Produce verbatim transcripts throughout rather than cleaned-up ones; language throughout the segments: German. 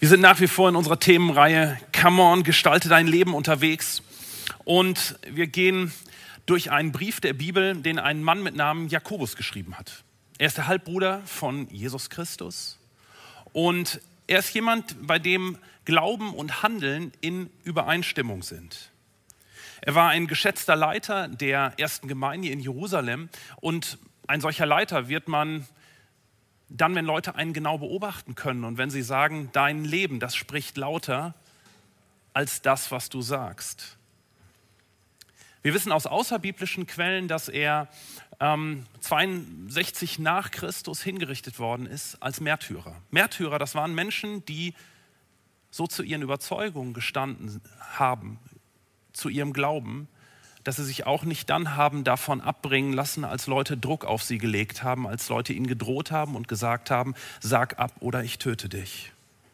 Wir sind nach wie vor in unserer Themenreihe Come On, gestalte dein Leben unterwegs. Und wir gehen durch einen Brief der Bibel, den ein Mann mit Namen Jakobus geschrieben hat. Er ist der Halbbruder von Jesus Christus. Und er ist jemand, bei dem Glauben und Handeln in Übereinstimmung sind. Er war ein geschätzter Leiter der ersten Gemeinde in Jerusalem. Und ein solcher Leiter wird man dann, wenn Leute einen genau beobachten können und wenn sie sagen, dein Leben, das spricht lauter als das, was du sagst. Wir wissen aus außerbiblischen Quellen, dass er ähm, zweiundsechzig nach Christus hingerichtet worden ist als Märtyrer. Märtyrer, das waren Menschen, die so zu ihren Überzeugungen gestanden haben, zu ihrem Glauben, dass sie sich auch nicht dann haben davon abbringen lassen, als Leute Druck auf sie gelegt haben, als Leute ihnen gedroht haben und gesagt haben, sag ab oder ich töte dich.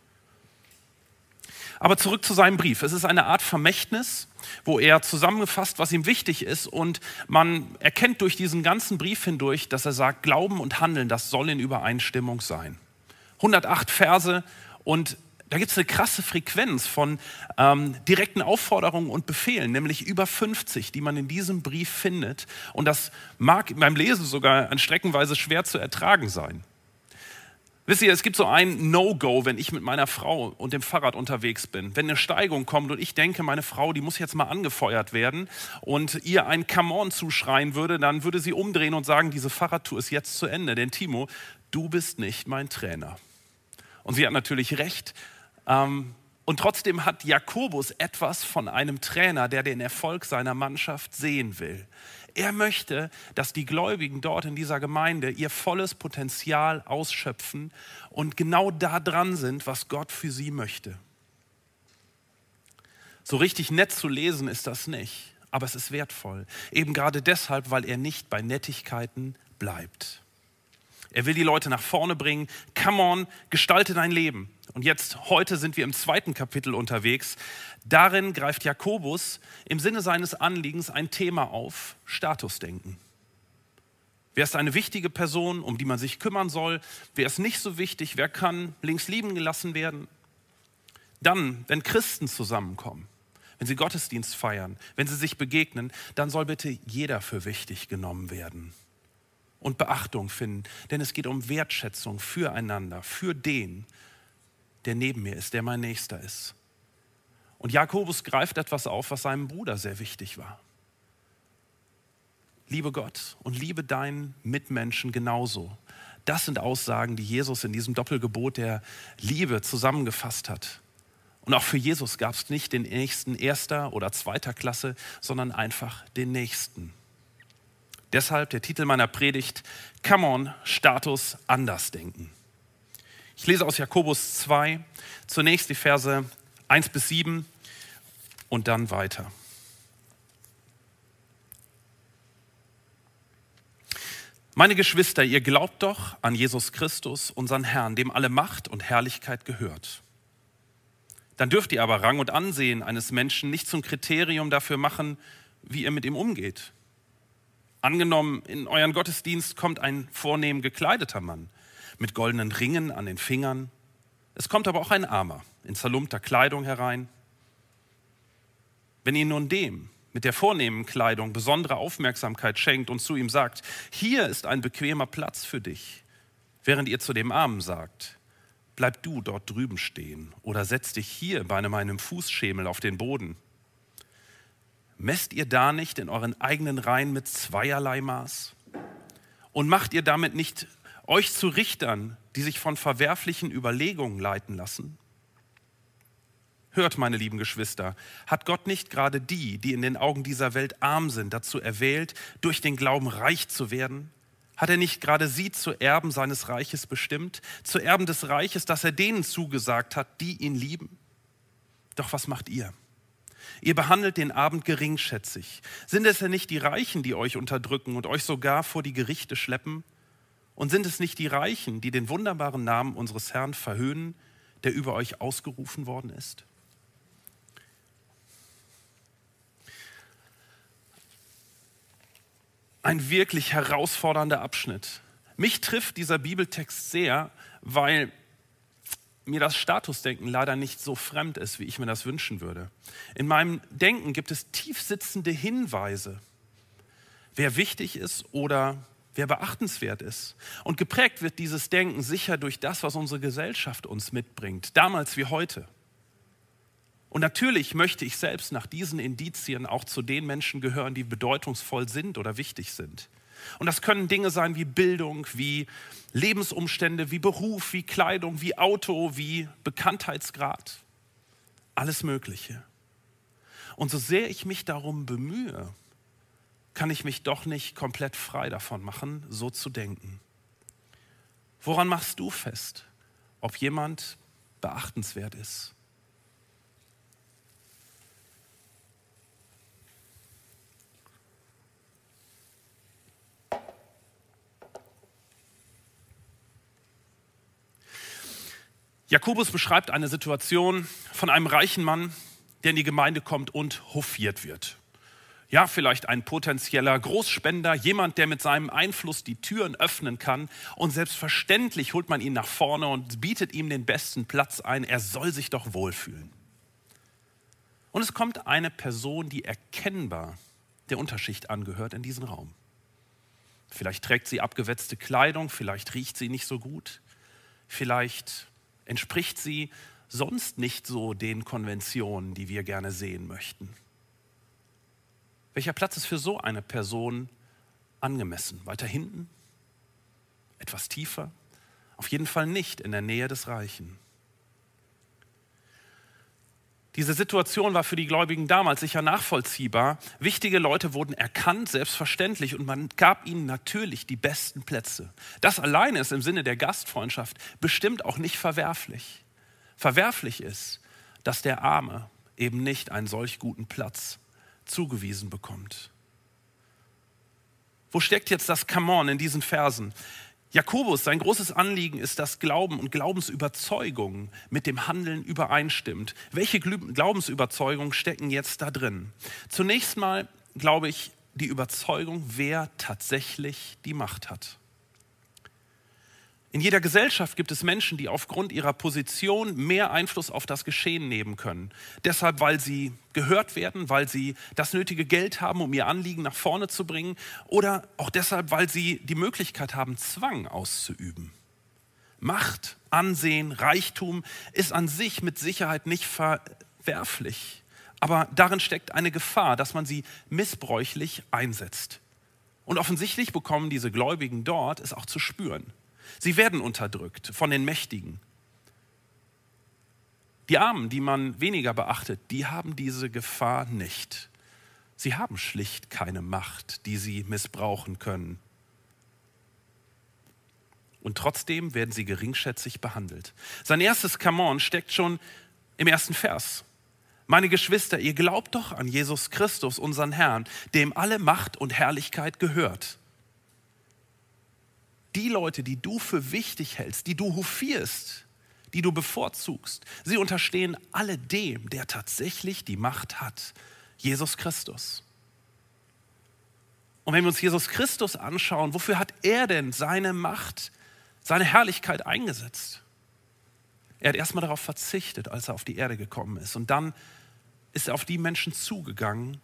Aber zurück zu seinem Brief. Es ist eine Art Vermächtnis, wo er zusammengefasst, was ihm wichtig ist, und man erkennt durch diesen ganzen Brief hindurch, dass er sagt, Glauben und Handeln, das soll in Übereinstimmung sein. hundertacht Verse, und da gibt es eine krasse Frequenz von ähm, direkten Aufforderungen und Befehlen, nämlich über fünfzig, die man in diesem Brief findet. Und das mag beim Lesen sogar an streckenweise schwer zu ertragen sein. Wisst ihr, es gibt so ein No-Go, wenn ich mit meiner Frau und dem Fahrrad unterwegs bin. Wenn eine Steigung kommt und ich denke, meine Frau, die muss jetzt mal angefeuert werden, und ihr ein Come On zuschreien würde, dann würde sie umdrehen und sagen, diese Fahrradtour ist jetzt zu Ende. Denn Timo, du bist nicht mein Trainer. Und sie hat natürlich recht. Und trotzdem hat Jakobus etwas von einem Trainer, der den Erfolg seiner Mannschaft sehen will. Er möchte, dass die Gläubigen dort in dieser Gemeinde ihr volles Potenzial ausschöpfen und genau da dran sind, was Gott für sie möchte. So richtig nett zu lesen ist das nicht, aber es ist wertvoll. Eben gerade deshalb, weil er nicht bei Nettigkeiten bleibt. Er will die Leute nach vorne bringen. Come on, gestalte dein Leben. Und jetzt, heute sind wir im zweiten Kapitel unterwegs. Darin greift Jakobus im Sinne seines Anliegens ein Thema auf: Statusdenken. Wer ist eine wichtige Person, um die man sich kümmern soll? Wer ist nicht so wichtig? Wer kann links liegen gelassen werden? Dann, wenn Christen zusammenkommen, wenn sie Gottesdienst feiern, wenn sie sich begegnen, dann soll bitte jeder für wichtig genommen werden und Beachtung finden, denn es geht um Wertschätzung füreinander, für den, der neben mir ist, der mein Nächster ist. Und Jakobus greift etwas auf, was seinem Bruder sehr wichtig war. Liebe Gott und liebe deinen Mitmenschen genauso. Das sind Aussagen, die Jesus in diesem Doppelgebot der Liebe zusammengefasst hat. Und auch für Jesus gab es nicht den Nächsten erster oder zweiter Klasse, sondern einfach den Nächsten. Deshalb der Titel meiner Predigt: Come on, Status anders denken. Ich lese aus Jakobus zwei, zunächst die Verse eins bis sieben und dann weiter. Meine Geschwister, ihr glaubt doch an Jesus Christus, unseren Herrn, dem alle Macht und Herrlichkeit gehört. Dann dürft ihr aber Rang und Ansehen eines Menschen nicht zum Kriterium dafür machen, wie ihr mit ihm umgeht. Angenommen, in euren Gottesdienst kommt ein vornehm gekleideter Mann mit goldenen Ringen an den Fingern. Es kommt aber auch ein Armer in zerlumpter Kleidung herein. Wenn ihr nun dem mit der vornehmen Kleidung besondere Aufmerksamkeit schenkt und zu ihm sagt, hier ist ein bequemer Platz für dich, während ihr zu dem Armen sagt, bleib du dort drüben stehen oder setz dich hier bei meinem Fußschemel auf den Boden. Messt ihr da nicht in euren eigenen Reihen mit zweierlei Maß? Und macht ihr damit nicht euch zu Richtern, die sich von verwerflichen Überlegungen leiten lassen? Hört, meine lieben Geschwister, hat Gott nicht gerade die, die in den Augen dieser Welt arm sind, dazu erwählt, durch den Glauben reich zu werden? Hat er nicht gerade sie zu Erben seines Reiches bestimmt, zu Erben des Reiches, das er denen zugesagt hat, die ihn lieben? Doch was macht ihr? Ihr behandelt den Abend geringschätzig. Sind es denn nicht die Reichen, die euch unterdrücken und euch sogar vor die Gerichte schleppen? Und sind es nicht die Reichen, die den wunderbaren Namen unseres Herrn verhöhnen, der über euch ausgerufen worden ist? Ein wirklich herausfordernder Abschnitt. Mich trifft dieser Bibeltext sehr, weil mir das Statusdenken leider nicht so fremd ist, wie ich mir das wünschen würde. In meinem Denken gibt es tiefsitzende Hinweise, wer wichtig ist oder wer beachtenswert ist. Und geprägt wird dieses Denken sicher durch das, was unsere Gesellschaft uns mitbringt, damals wie heute. Und natürlich möchte ich selbst nach diesen Indizien auch zu den Menschen gehören, die bedeutungsvoll sind oder wichtig sind. Und das können Dinge sein wie Bildung, wie Lebensumstände, wie Beruf, wie Kleidung, wie Auto, wie Bekanntheitsgrad. Alles Mögliche. Und so sehr ich mich darum bemühe, kann ich mich doch nicht komplett frei davon machen, so zu denken. Woran machst du fest, ob jemand beachtenswert ist? Jakobus beschreibt eine Situation von einem reichen Mann, der in die Gemeinde kommt und hofiert wird. Ja, vielleicht ein potenzieller Großspender, jemand, der mit seinem Einfluss die Türen öffnen kann. Und selbstverständlich holt man ihn nach vorne und bietet ihm den besten Platz ein. Er soll sich doch wohlfühlen. Und es kommt eine Person, die erkennbar der Unterschicht angehört, in diesen Raum. Vielleicht trägt sie abgewetzte Kleidung, vielleicht riecht sie nicht so gut, vielleicht entspricht sie sonst nicht so den Konventionen, die wir gerne sehen möchten. Welcher Platz ist für so eine Person angemessen? Weiter hinten? Etwas tiefer? Auf jeden Fall nicht in der Nähe des Reichen. Diese Situation war für die Gläubigen damals sicher nachvollziehbar. Wichtige Leute wurden erkannt, selbstverständlich, und man gab ihnen natürlich die besten Plätze. Das alleine ist im Sinne der Gastfreundschaft bestimmt auch nicht verwerflich. Verwerflich ist, dass der Arme eben nicht einen solch guten Platz zugewiesen bekommt. Wo steckt jetzt das Come on in diesen Versen? Jakobus, sein großes Anliegen ist, dass Glauben und Glaubensüberzeugung mit dem Handeln übereinstimmt. Welche Glaubensüberzeugungen stecken jetzt da drin? Zunächst mal glaube ich die Überzeugung, wer tatsächlich die Macht hat. In jeder Gesellschaft gibt es Menschen, die aufgrund ihrer Position mehr Einfluss auf das Geschehen nehmen können. Deshalb, weil sie gehört werden, weil sie das nötige Geld haben, um ihr Anliegen nach vorne zu bringen, oder auch deshalb, weil sie die Möglichkeit haben, Zwang auszuüben. Macht, Ansehen, Reichtum ist an sich mit Sicherheit nicht verwerflich, aber darin steckt eine Gefahr, dass man sie missbräuchlich einsetzt. Und offensichtlich bekommen diese Gläubigen dort es auch zu spüren. Sie werden unterdrückt von den Mächtigen. Die Armen, die man weniger beachtet, die haben diese Gefahr nicht. Sie haben schlicht keine Macht, die sie missbrauchen können. Und trotzdem werden sie geringschätzig behandelt. Sein erstes Come on steckt schon im ersten Vers. Meine Geschwister, ihr glaubt doch an Jesus Christus, unseren Herrn, dem alle Macht und Herrlichkeit gehört. Die Leute, die du für wichtig hältst, die du hofierst, die du bevorzugst, sie unterstehen alle dem, der tatsächlich die Macht hat, Jesus Christus. Und wenn wir uns Jesus Christus anschauen, wofür hat er denn seine Macht, seine Herrlichkeit eingesetzt? Er hat erstmal darauf verzichtet, als er auf die Erde gekommen ist. Und dann ist er auf die Menschen zugegangen,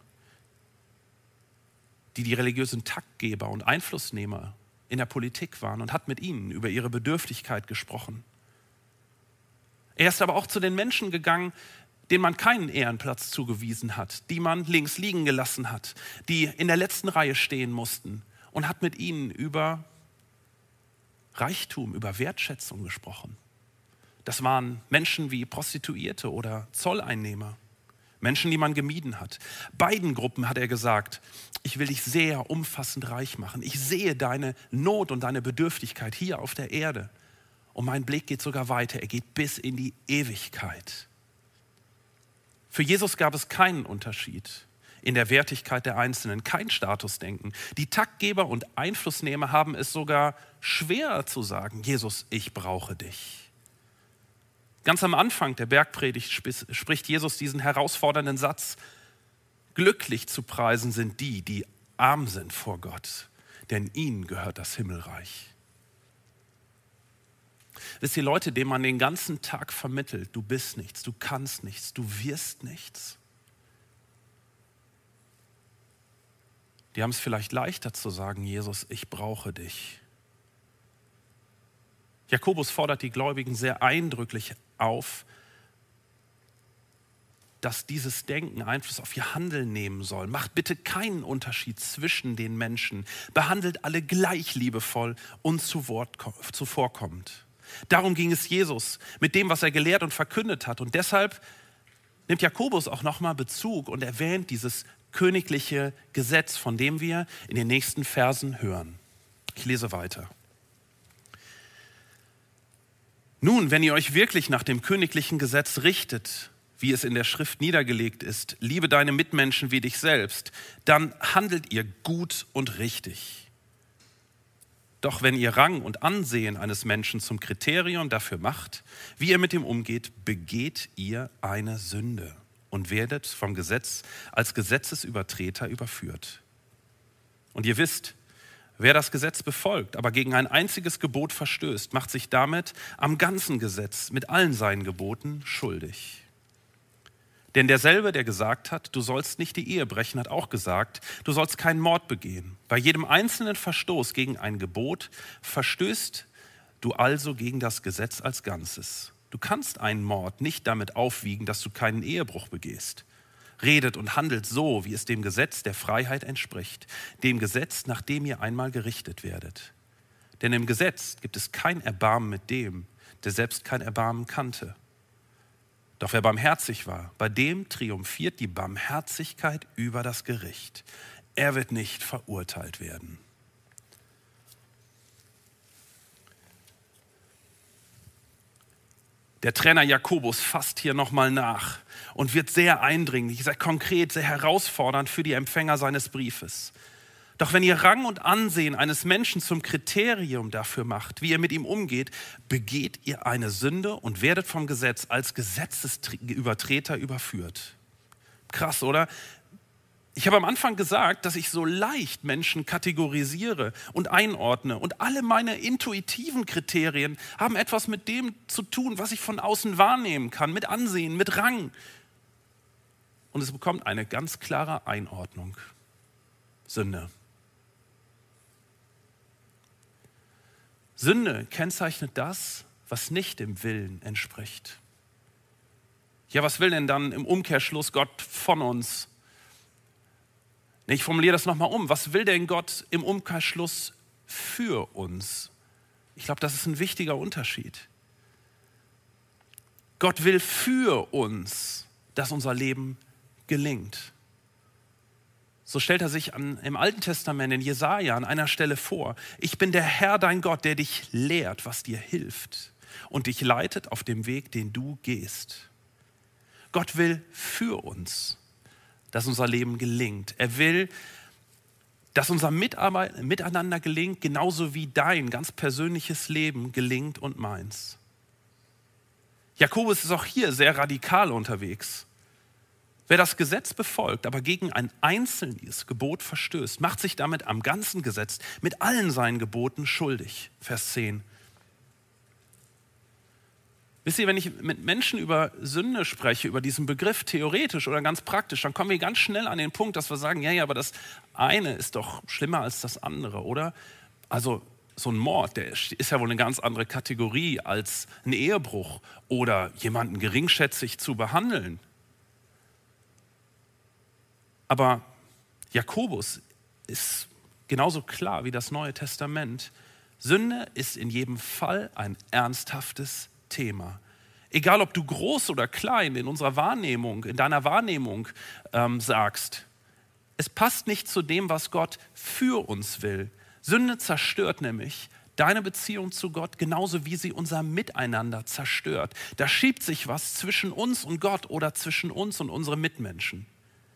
die die religiösen Taktgeber und Einflussnehmer in der Politik waren, und hat mit ihnen über ihre Bedürftigkeit gesprochen. Er ist aber auch zu den Menschen gegangen, denen man keinen Ehrenplatz zugewiesen hat, die man links liegen gelassen hat, die in der letzten Reihe stehen mussten, und hat mit ihnen über Reichtum, über Wertschätzung gesprochen. Das waren Menschen wie Prostituierte oder Zolleinnehmer, Menschen, die man gemieden hat. Beiden Gruppen hat er gesagt, ich will dich sehr umfassend reich machen. Ich sehe deine Not und deine Bedürftigkeit hier auf der Erde. Und mein Blick geht sogar weiter, er geht bis in die Ewigkeit. Für Jesus gab es keinen Unterschied in der Wertigkeit der Einzelnen, kein Statusdenken. Die Taktgeber und Einflussnehmer haben es sogar schwer zu sagen, Jesus, ich brauche dich. Ganz am Anfang der Bergpredigt spricht Jesus diesen herausfordernden Satz: Glücklich zu preisen sind die, die arm sind vor Gott, denn ihnen gehört das Himmelreich. Wisst ihr, Leute, denen man den ganzen Tag vermittelt, du bist nichts, du kannst nichts, du wirst nichts. Die haben es vielleicht leichter zu sagen, Jesus, ich brauche dich. Jakobus fordert die Gläubigen sehr eindrücklich auf, dass dieses Denken Einfluss auf ihr Handeln nehmen soll. Macht bitte keinen Unterschied zwischen den Menschen. Behandelt alle gleich liebevoll und zuvorkommend. Darum ging es Jesus mit dem, was er gelehrt und verkündet hat. Und deshalb nimmt Jakobus auch nochmal Bezug und erwähnt dieses königliche Gesetz, von dem wir in den nächsten Versen hören. Ich lese weiter. Nun, wenn ihr euch wirklich nach dem königlichen Gesetz richtet, wie es in der Schrift niedergelegt ist, liebe deine Mitmenschen wie dich selbst, dann handelt ihr gut und richtig. Doch wenn ihr Rang und Ansehen eines Menschen zum Kriterium dafür macht, wie ihr mit ihm umgeht, begeht ihr eine Sünde und werdet vom Gesetz als Gesetzesübertreter überführt. Und ihr wisst, wer das Gesetz befolgt, aber gegen ein einziges Gebot verstößt, macht sich damit am ganzen Gesetz mit allen seinen Geboten schuldig. Denn derselbe, der gesagt hat, du sollst nicht die Ehe brechen, hat auch gesagt, du sollst keinen Mord begehen. Bei jedem einzelnen Verstoß gegen ein Gebot verstößt du also gegen das Gesetz als Ganzes. Du kannst einen Mord nicht damit aufwiegen, dass du keinen Ehebruch begehst. Redet und handelt so, wie es dem Gesetz der Freiheit entspricht, dem Gesetz, nach dem ihr einmal gerichtet werdet. Denn im Gesetz gibt es kein Erbarmen mit dem, der selbst kein Erbarmen kannte. Doch wer barmherzig war, bei dem triumphiert die Barmherzigkeit über das Gericht. Er wird nicht verurteilt werden. Der Trainer Jakobus fasst hier nochmal nach und wird sehr eindringlich, sehr konkret, sehr herausfordernd für die Empfänger seines Briefes. Doch wenn ihr Rang und Ansehen eines Menschen zum Kriterium dafür macht, wie ihr mit ihm umgeht, begeht ihr eine Sünde und werdet vom Gesetz als Gesetzesübertreter überführt. Krass, oder? Ich habe am Anfang gesagt, dass ich so leicht Menschen kategorisiere und einordne. Und alle meine intuitiven Kriterien haben etwas mit dem zu tun, was ich von außen wahrnehmen kann, mit Ansehen, mit Rang. Und es bekommt eine ganz klare Einordnung. Sünde. Sünde kennzeichnet das, was nicht dem Willen entspricht. Ja, was will denn dann im Umkehrschluss Gott von uns? Ich formuliere das nochmal um. Was will denn Gott im Umkehrschluss für uns? Ich glaube, das ist ein wichtiger Unterschied. Gott will für uns, dass unser Leben gelingt. So stellt er sich an, im Alten Testament in Jesaja an einer Stelle vor. Ich bin der Herr, dein Gott, der dich lehrt, was dir hilft und dich leitet auf dem Weg, den du gehst. Gott will für uns, dass unser Leben gelingt. Er will, dass unser Mitarbeit, Miteinander gelingt, genauso wie dein ganz persönliches Leben gelingt und meins. Jakobus ist auch hier sehr radikal unterwegs. Wer das Gesetz befolgt, aber gegen ein einzelnes Gebot verstößt, macht sich damit am ganzen Gesetz mit allen seinen Geboten schuldig. Vers zehn. Wisst ihr, wenn ich mit Menschen über Sünde spreche, über diesen Begriff theoretisch oder ganz praktisch, dann kommen wir ganz schnell an den Punkt, dass wir sagen, ja, ja, aber das eine ist doch schlimmer als das andere, oder? Also so ein Mord, der ist ja wohl eine ganz andere Kategorie als ein Ehebruch oder jemanden geringschätzig zu behandeln. Aber Jakobus ist genauso klar wie das Neue Testament. Sünde ist in jedem Fall ein ernsthaftes Thema. Egal, ob du groß oder klein in unserer Wahrnehmung, in deiner Wahrnehmung ähm, sagst, es passt nicht zu dem, was Gott für uns will. Sünde zerstört nämlich deine Beziehung zu Gott, genauso wie sie unser Miteinander zerstört. Da schiebt sich was zwischen uns und Gott oder zwischen uns und unsere Mitmenschen.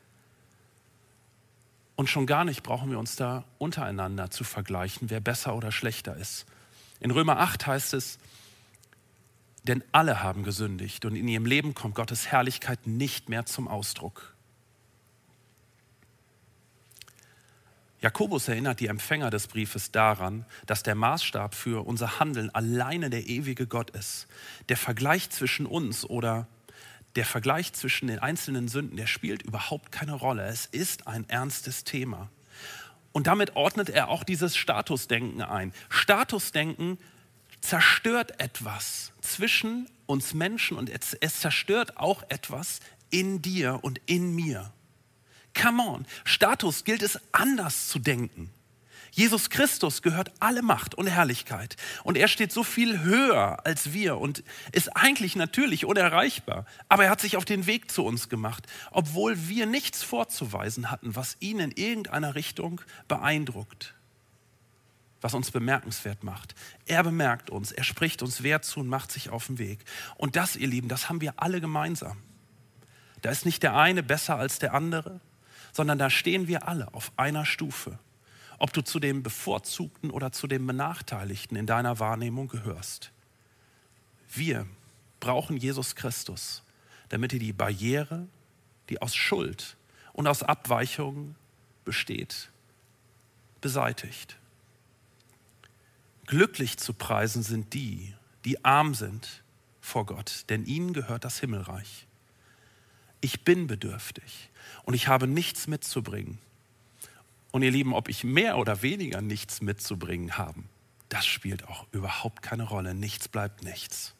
Und schon gar nicht brauchen wir uns da untereinander zu vergleichen, wer besser oder schlechter ist. In Römer acht heißt es, denn alle haben gesündigt und in ihrem Leben kommt Gottes Herrlichkeit nicht mehr zum Ausdruck. Jakobus erinnert die Empfänger des Briefes daran, dass der Maßstab für unser Handeln alleine der ewige Gott ist. Der Vergleich zwischen uns oder der Vergleich zwischen den einzelnen Sünden, der spielt überhaupt keine Rolle. Es ist ein ernstes Thema. Und damit ordnet er auch dieses Statusdenken ein. Statusdenken zerstört etwas zwischen uns Menschen und es, es zerstört auch etwas in dir und in mir. Come on, Status gilt es anders zu denken. Jesus Christus gehört alle Macht und Herrlichkeit und er steht so viel höher als wir und ist eigentlich natürlich unerreichbar. Aber er hat sich auf den Weg zu uns gemacht, obwohl wir nichts vorzuweisen hatten, was ihn in irgendeiner Richtung beeindruckt, was uns bemerkenswert macht. Er bemerkt uns, er spricht uns Wert zu und macht sich auf den Weg. Und das, ihr Lieben, das haben wir alle gemeinsam. Da ist nicht der eine besser als der andere, sondern da stehen wir alle auf einer Stufe. Ob du zu dem Bevorzugten oder zu dem Benachteiligten in deiner Wahrnehmung gehörst. Wir brauchen Jesus Christus, damit er die Barriere, die aus Schuld und aus Abweichungen besteht, beseitigt. Glücklich zu preisen sind die, die arm sind vor Gott, denn ihnen gehört das Himmelreich. Ich bin bedürftig und ich habe nichts mitzubringen. Und ihr Lieben, ob ich mehr oder weniger nichts mitzubringen habe, das spielt auch überhaupt keine Rolle. Nichts bleibt nichts.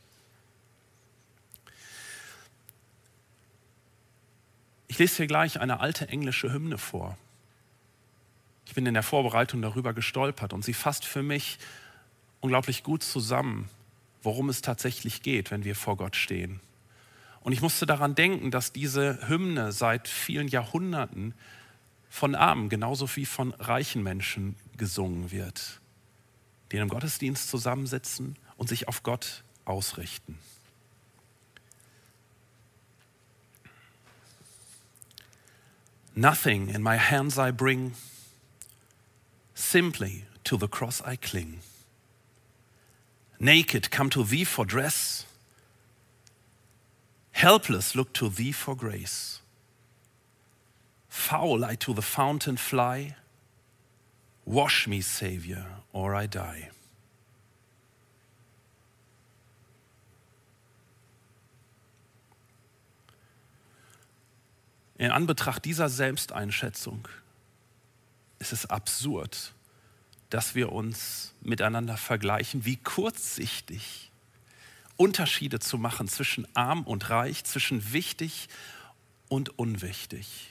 Ich lese hier gleich eine alte englische Hymne vor. Ich bin in der Vorbereitung darüber gestolpert und sie fasst für mich unglaublich gut zusammen, worum es tatsächlich geht, wenn wir vor Gott stehen. Und ich musste daran denken, dass diese Hymne seit vielen Jahrhunderten von Armen genauso wie von reichen Menschen gesungen wird, die im Gottesdienst zusammensitzen und sich auf Gott ausrichten. Nothing in my hands I bring, simply to the cross I cling. Naked come to thee for dress, helpless look to thee for grace. Foul I to the fountain fly, wash me, Savior, or I die. In Anbetracht dieser Selbsteinschätzung ist es absurd, dass wir uns miteinander vergleichen, wie kurzsichtig Unterschiede zu machen zwischen arm und reich, zwischen wichtig und unwichtig.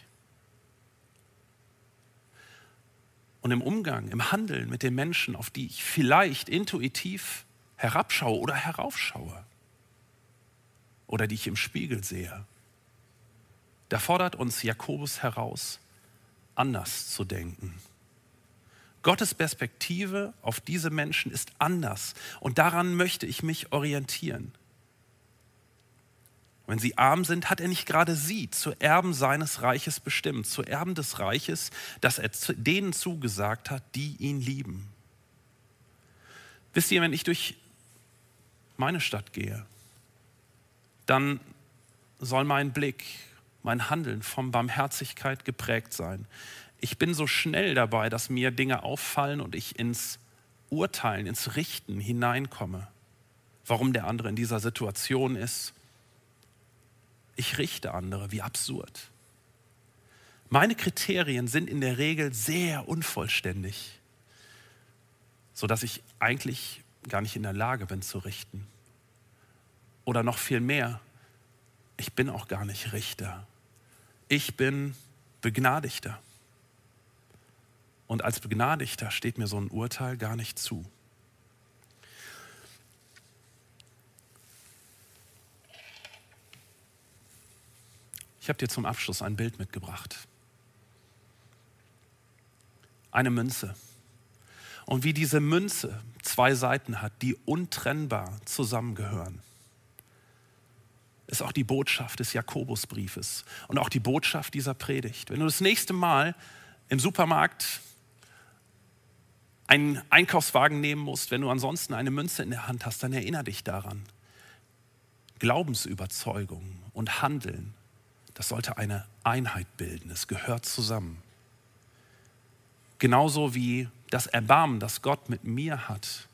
Und im Umgang, im Handeln mit den Menschen, auf die ich vielleicht intuitiv herabschaue oder heraufschaue oder die ich im Spiegel sehe, da fordert uns Jakobus heraus, anders zu denken. Gottes Perspektive auf diese Menschen ist anders und daran möchte ich mich orientieren. Wenn sie arm sind, hat er nicht gerade sie zu Erben seines Reiches bestimmt, zu Erben des Reiches, das er denen zugesagt hat, die ihn lieben. Wisst ihr, wenn ich durch meine Stadt gehe, dann soll mein Blick, mein Handeln von Barmherzigkeit geprägt sein. Ich bin so schnell dabei, dass mir Dinge auffallen und ich ins Urteilen, ins Richten hineinkomme, warum der andere in dieser Situation ist. Ich richte andere, wie absurd. Meine Kriterien sind in der Regel sehr unvollständig, sodass ich eigentlich gar nicht in der Lage bin zu richten. Oder noch viel mehr, ich bin auch gar nicht Richter. Ich bin Begnadigter. Und als Begnadigter steht mir so ein Urteil gar nicht zu. Ich habe dir zum Abschluss ein Bild mitgebracht. Eine Münze. Und wie diese Münze zwei Seiten hat, die untrennbar zusammengehören, ist auch die Botschaft des Jakobusbriefes und auch die Botschaft dieser Predigt. Wenn du das nächste Mal im Supermarkt einen Einkaufswagen nehmen musst, wenn du ansonsten eine Münze in der Hand hast, dann erinnere dich daran. Glaubensüberzeugung und Handeln, das sollte eine Einheit bilden, es gehört zusammen. Genauso wie das Erbarmen, das Gott mit mir hat,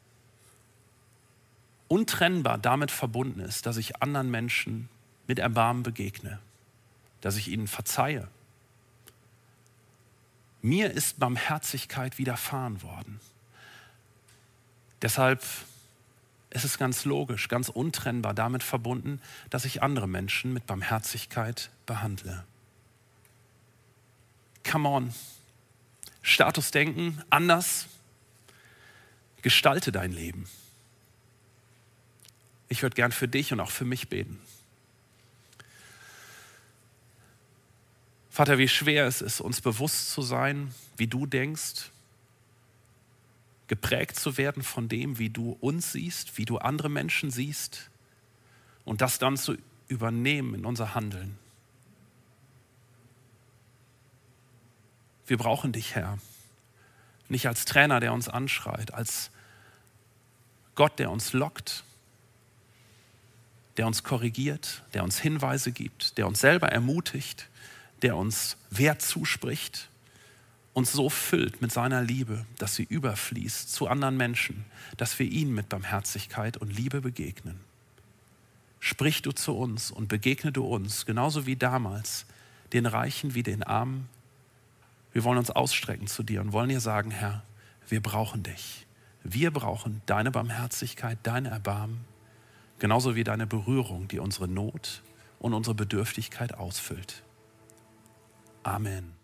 untrennbar damit verbunden ist, dass ich anderen Menschen mit Erbarmen begegne, dass ich ihnen verzeihe. Mir ist Barmherzigkeit widerfahren worden. Deshalb ist es ganz logisch, ganz untrennbar damit verbunden, dass ich andere Menschen mit Barmherzigkeit behandle. Come on. Statusdenken, anders. Gestalte dein Leben. Ich würde gern für dich und auch für mich beten. Vater, wie schwer es ist, uns bewusst zu sein, wie du denkst, geprägt zu werden von dem, wie du uns siehst, wie du andere Menschen siehst und das dann zu übernehmen in unser Handeln. Wir brauchen dich, Herr, nicht als Trainer, der uns anschreit, als Gott, der uns lockt, der uns korrigiert, der uns Hinweise gibt, der uns selber ermutigt, der uns Wert zuspricht, uns so füllt mit seiner Liebe, dass sie überfließt zu anderen Menschen, dass wir ihnen mit Barmherzigkeit und Liebe begegnen. Sprich du zu uns und begegne du uns, genauso wie damals, den Reichen wie den Armen. Wir wollen uns ausstrecken zu dir und wollen dir sagen, Herr, wir brauchen dich. Wir brauchen deine Barmherzigkeit, dein Erbarmen, genauso wie deine Berührung, die unsere Not und unsere Bedürftigkeit ausfüllt. Amen.